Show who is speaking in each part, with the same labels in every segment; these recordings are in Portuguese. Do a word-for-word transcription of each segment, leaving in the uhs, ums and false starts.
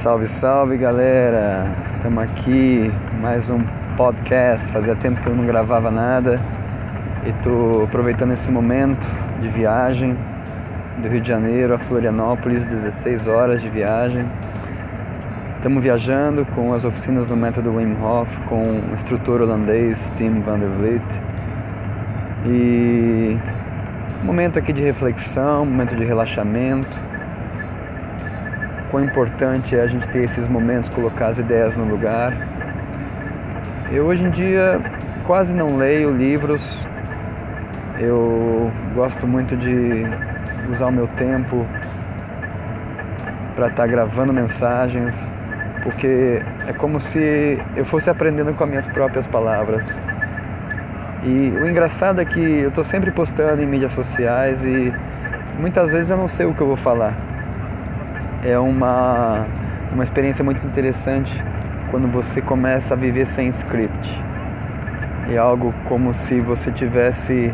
Speaker 1: Salve, salve galera, estamos aqui, mais um podcast. Fazia tempo que eu não gravava nada e estou aproveitando esse momento de viagem do Rio de Janeiro a Florianópolis, dezesseis horas de viagem. Estamos viajando com as oficinas do método Wim Hof, com o instrutor holandês Tim van der Vliet. E um momento aqui de reflexão, um momento de relaxamento. Quão importante é a gente ter esses momentos, colocar as ideias no lugar. Eu hoje em dia quase não leio livros. Eu gosto muito de usar o meu tempo para estar gravando mensagens, porque é como se eu fosse aprendendo com as minhas próprias palavras. E o engraçado é que eu estou sempre postando em mídias sociais e muitas vezes eu não sei o que eu vou falar. É uma, uma experiência muito interessante quando você começa a viver sem script. É algo como se você estivesse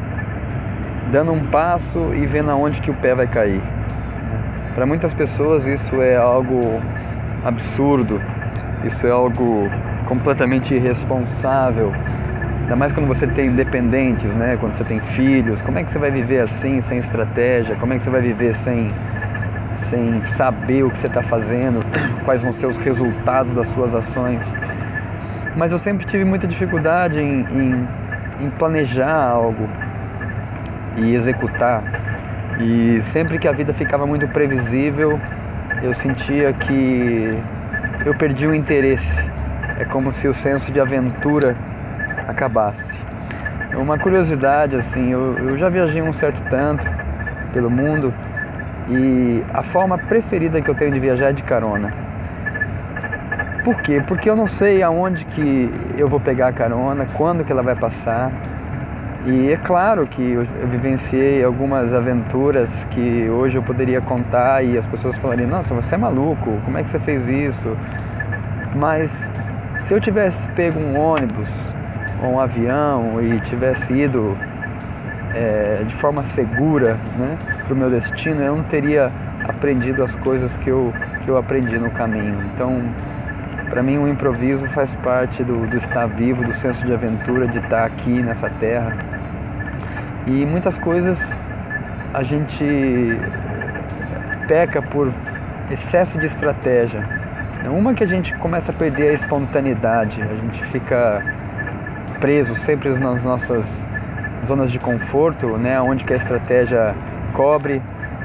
Speaker 1: dando um passo e vendo aonde que o pé vai cair. Para muitas pessoas isso é algo absurdo, isso é algo completamente irresponsável. Ainda mais quando você tem dependentes, né? Quando você tem filhos, como é que você vai viver assim, sem estratégia? Como é que você vai viver sem... sem saber o que você está fazendo, quais vão ser os resultados das suas ações. Mas eu sempre tive muita dificuldade em, em, em planejar algo e executar. E sempre que a vida ficava muito previsível, eu sentia que eu perdi o interesse. É como se o senso de aventura acabasse. Uma curiosidade, assim, eu, eu já viajei um certo tanto pelo mundo. E a forma preferida que eu tenho de viajar é de carona. Por quê? Porque eu não sei aonde que eu vou pegar a carona, quando que ela vai passar. E é claro que eu, eu vivenciei algumas aventuras que hoje eu poderia contar e as pessoas falariam: nossa, você é maluco, como é que você fez isso? Mas se eu tivesse pego um ônibus ou um avião e tivesse ido É, de forma segura, né, para o meu destino, eu não teria aprendido as coisas que eu, que eu aprendi no caminho. Então, para mim, o improviso faz parte do, do estar vivo, do senso de aventura, de estar aqui nessa terra. E muitas coisas a gente peca por excesso de estratégia. Uma que a gente começa a perder a espontaneidade, a gente fica preso sempre nas nossas zonas de conforto, né, onde que a estratégia cobre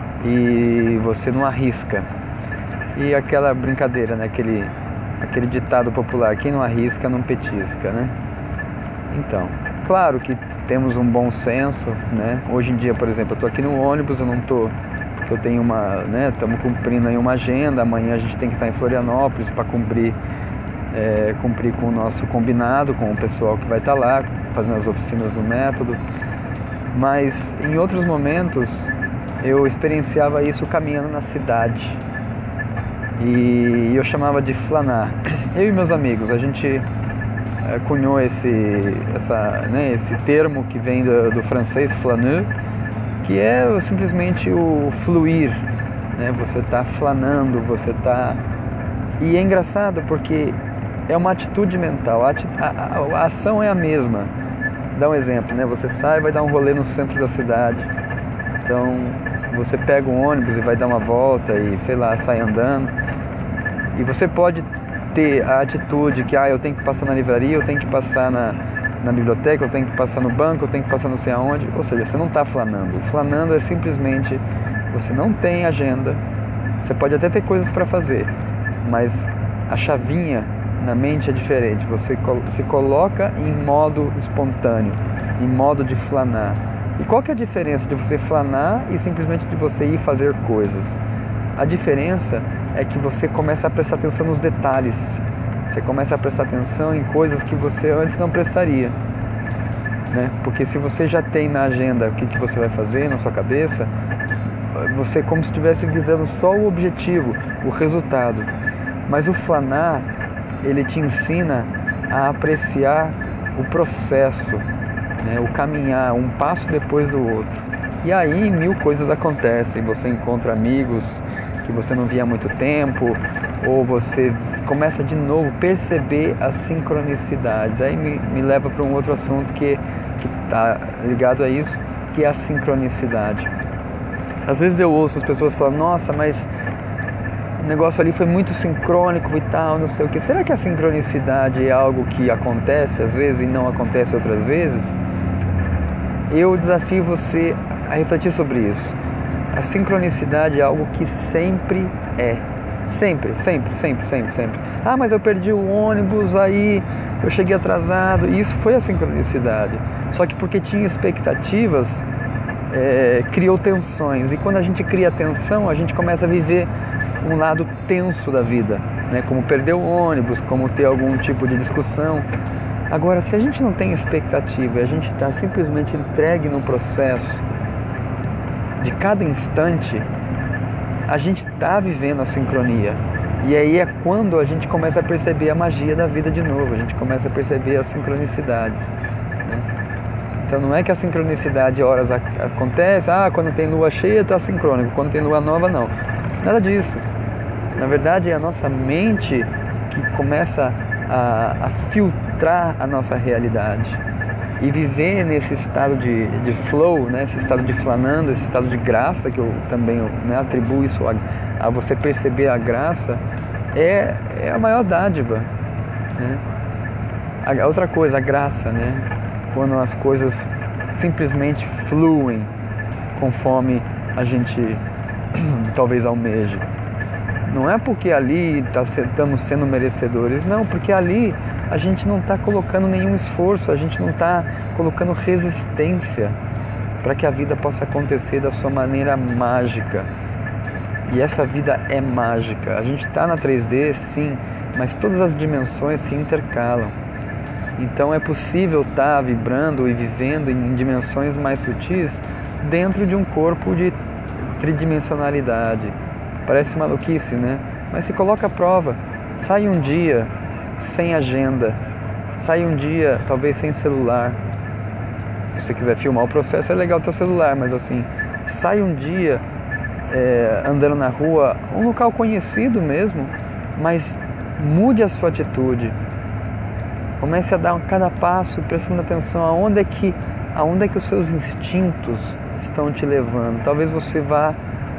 Speaker 1: e você não arrisca. E aquela brincadeira, né, aquele, aquele ditado popular: quem não arrisca não petisca, né? Então, claro que temos um bom senso, né? Hoje em dia, por exemplo, eu estou aqui no ônibus, eu não estou, porque eu tenho uma, né, estamos cumprindo aí uma agenda. Amanhã a gente tem que estar em Florianópolis para cumprir É, cumprir com o nosso combinado, com o pessoal que vai estar lá, fazendo as oficinas do método. Mas em outros momentos eu experienciava isso caminhando na cidade. E eu chamava de flanar. Eu e meus amigos, a gente é, cunhou esse, essa, né, esse termo que vem do, do francês flaneur, que é simplesmente o fluir, né? Você está flanando, você está... E é engraçado porque é uma atitude mental, a, a, a ação é a mesma. Dá um exemplo, né? Você sai e vai dar um rolê no centro da cidade. Então, você pega um ônibus e vai dar uma volta e, sei lá, sai andando. E você pode ter a atitude que, ah, eu tenho que passar na livraria, eu tenho que passar na, na biblioteca, eu tenho que passar no banco, eu tenho que passar não sei aonde. Ou seja, você não está flanando. Flanando é simplesmente, você não tem agenda. Você pode até ter coisas para fazer, mas a chavinha na mente é diferente. Você se coloca em modo espontâneo, em modo de flanar. E qual que é a diferença de você flanar e simplesmente de você ir fazer coisas? A diferença é que você começa a prestar atenção nos detalhes. Você começa a prestar atenção em coisas que você antes não prestaria, né? Porque se você já tem na agenda o que, que você vai fazer na sua cabeça, você é como se estivesse visando só o objetivo, o resultado. Mas o flanar, ele te ensina a apreciar o processo, né? O caminhar, um passo depois do outro. E aí mil coisas acontecem. Você encontra amigos que você não via há muito tempo, ou você começa de novo a perceber as sincronicidades. Aí me, me leva para um outro assunto que está ligado a isso, que é a sincronicidade. Às vezes eu ouço as pessoas falando, nossa, mas o negócio ali foi muito sincrônico e tal, não sei o que. Será que a sincronicidade é algo que acontece às vezes e não acontece outras vezes? Eu desafio você a refletir sobre isso. A sincronicidade é algo que sempre é. Sempre, sempre, sempre, sempre, sempre. Ah, mas eu perdi o ônibus, aí eu cheguei atrasado. E isso foi a sincronicidade. Só que porque tinha expectativas, é, criou tensões. E quando a gente cria tensão, a gente começa a viver um lado tenso da vida, né? Como perder o ônibus, como ter algum tipo de discussão. Agora, se a gente não tem expectativa e a gente está simplesmente entregue no processo de cada instante, a gente está vivendo a sincronia. E aí é quando a gente começa a perceber a magia da vida de novo, a gente começa a perceber as sincronicidades, né? Então não é que a sincronicidade horas acontece, ah, quando tem lua cheia está sincrônico, quando tem lua nova não. Nada disso. Na verdade é a nossa mente que começa a, a filtrar a nossa realidade. E viver nesse estado de, de flow, né, esse estado de flanando, esse estado de graça, que eu também, né, atribuo isso a, a você perceber a graça, é, é a maior dádiva, né? A, outra coisa, a graça, né? Quando as coisas simplesmente fluem conforme a gente talvez almeje. Não é porque ali tá, estamos sendo merecedores, não, porque ali a gente não está colocando nenhum esforço, a gente não está colocando resistência para que a vida possa acontecer da sua maneira mágica. E essa vida é mágica. A gente está na três D, sim, mas todas as dimensões se intercalam. Então é possível estar tá vibrando e vivendo em dimensões mais sutis dentro de um corpo de tridimensionalidade. Parece maluquice, né? Mas se coloca à prova. Sai um dia sem agenda. Sai um dia, talvez, sem celular. Se você quiser filmar o processo, é legal o teu celular, mas assim, sai um dia é, andando na rua, um local conhecido mesmo, mas mude a sua atitude. Comece a dar cada passo, prestando atenção aonde é que, aonde é que os seus instintos estão te levando. Talvez você vá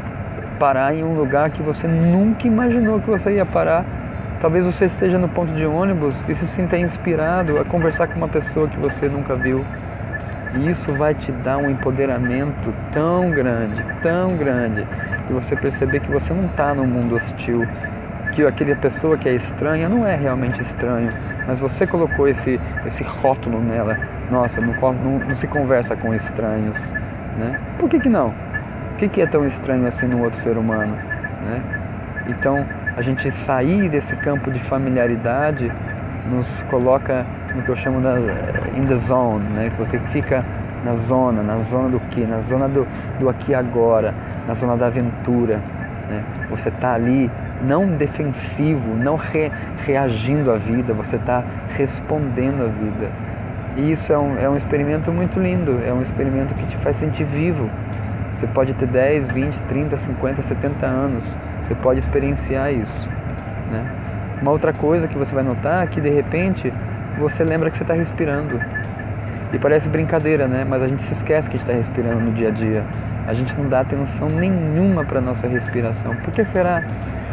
Speaker 1: parar em um lugar que você nunca imaginou que você ia parar. Talvez você esteja no ponto de ônibus e se sinta inspirado a conversar com uma pessoa que você nunca viu. E isso vai te dar um empoderamento tão grande, tão grande, e você perceber que você não está num mundo hostil, que aquela pessoa que é estranha não é realmente estranho, mas você colocou esse, esse rótulo nela. Nossa, não, não, não se conversa com estranhos, né? Por que que não? O que que é tão estranho assim no outro ser humano, né? Então, a gente sair desse campo de familiaridade nos coloca no que eu chamo da in the zone, né? Que você fica na zona, na zona do quê? Na zona do, do aqui e agora, na zona da aventura, né? Você está ali não defensivo, não re, reagindo à vida, você está respondendo à vida. E isso é um, é um experimento muito lindo, é um experimento que te faz sentir vivo. Você pode ter dez, vinte, trinta, cinquenta, setenta anos, você pode experienciar isso, né? Uma outra coisa que você vai notar é que de repente você lembra que você está respirando. E parece brincadeira, né? Mas a gente se esquece que está respirando no dia a dia. A gente não dá atenção nenhuma para a nossa respiração. Por que será?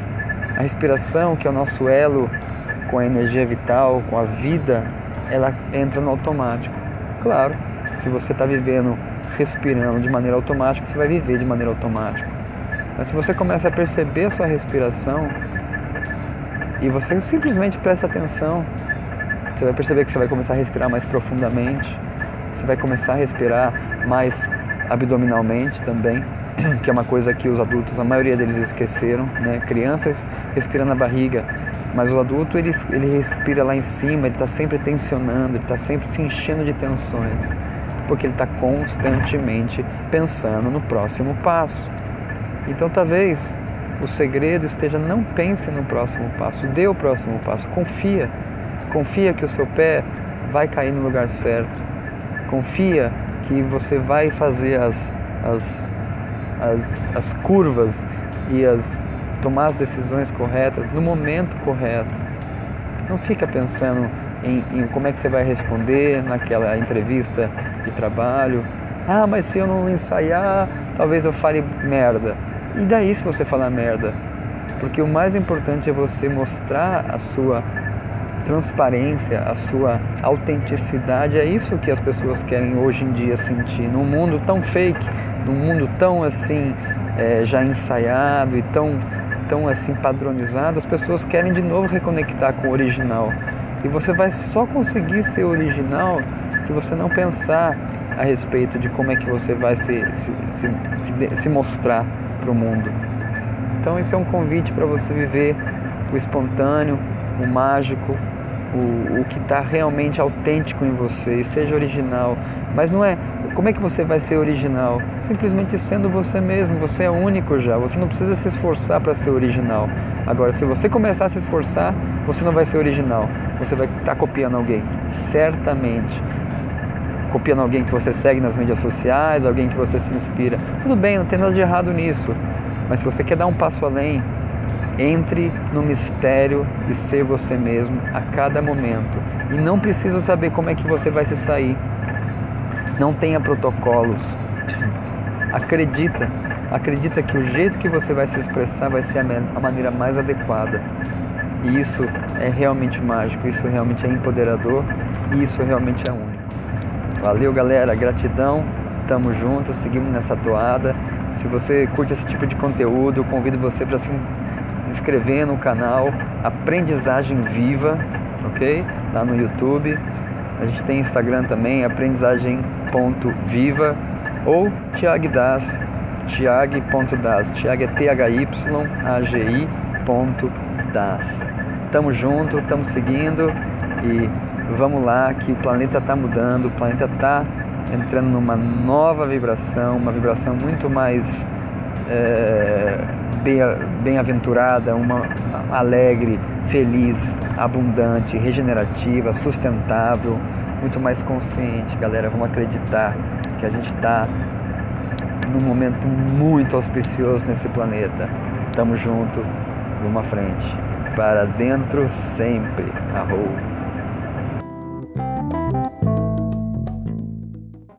Speaker 1: A respiração, que é o nosso elo com a energia vital, com a vida, ela entra no automático. Claro, se você está vivendo respirando de maneira automática, você vai viver de maneira automática. Mas se você começa a perceber a sua respiração e você simplesmente presta atenção, você vai perceber que você vai começar a respirar mais profundamente, você vai começar a respirar mais abdominalmente também, que é uma coisa que os adultos, a maioria deles esqueceram, né? Crianças respiram na barriga, mas o adulto ele, ele respira lá em cima, ele está sempre tensionando, ele está sempre se enchendo de tensões, porque ele está constantemente pensando no próximo passo. Então talvez o segredo esteja, não pense no próximo passo, dê o próximo passo, confia, confia que o seu pé vai cair no lugar certo, confia que você vai fazer as, as, as, as curvas e as, tomar as decisões corretas no momento correto. Não fica pensando em, em como é que você vai responder naquela entrevista de trabalho. Ah, mas se eu não ensaiar, talvez eu fale merda. E daí se você falar merda? Porque o mais importante é você mostrar a sua transparência, a sua autenticidade. É isso que as pessoas querem hoje em dia sentir. Num mundo tão fake, num mundo tão assim, é, já ensaiado e tão, tão assim padronizado, as pessoas querem de novo reconectar com o original. E você vai só conseguir ser original se você não pensar a respeito de como é que você vai se, se, se, se, se mostrar para o mundo. Então esse é um convite para você viver o espontâneo, o mágico, o, o que está realmente autêntico em você, e seja original. Mas não é, como é que você vai ser original? Simplesmente sendo você mesmo, você é único já, você não precisa se esforçar para ser original. Agora, se você começar a se esforçar, você não vai ser original, você vai estar copiando alguém, certamente. Copiando alguém que você segue nas mídias sociais, alguém que você se inspira. Tudo bem, não tem nada de errado nisso. Mas se você quer dar um passo além, entre no mistério de ser você mesmo a cada momento. E não precisa saber como é que você vai se sair. Não tenha protocolos. Acredita. Acredita que o jeito que você vai se expressar vai ser a maneira mais adequada. E isso é realmente mágico, isso realmente é empoderador e isso realmente é único. Valeu, galera, gratidão, tamo junto, seguimos nessa toada. Se você curte esse tipo de conteúdo, eu convido você para se inscrever no canal Aprendizagem Viva, ok? Lá no YouTube. A gente tem Instagram também, aprendizagem ponto viva, ou Thiag Das, thiag ponto das, Thiag é T H Y A G I ponto das. Tamo junto, tamo seguindo e vamos lá, que o planeta está mudando, o planeta está entrando numa nova vibração, uma vibração muito mais é, bem-aventurada, uma alegre, feliz, abundante, regenerativa, sustentável, muito mais consciente. Galera, vamos acreditar que a gente está num momento muito auspicioso nesse planeta. Tamo junto, vamos à frente. Para dentro sempre. Arroz.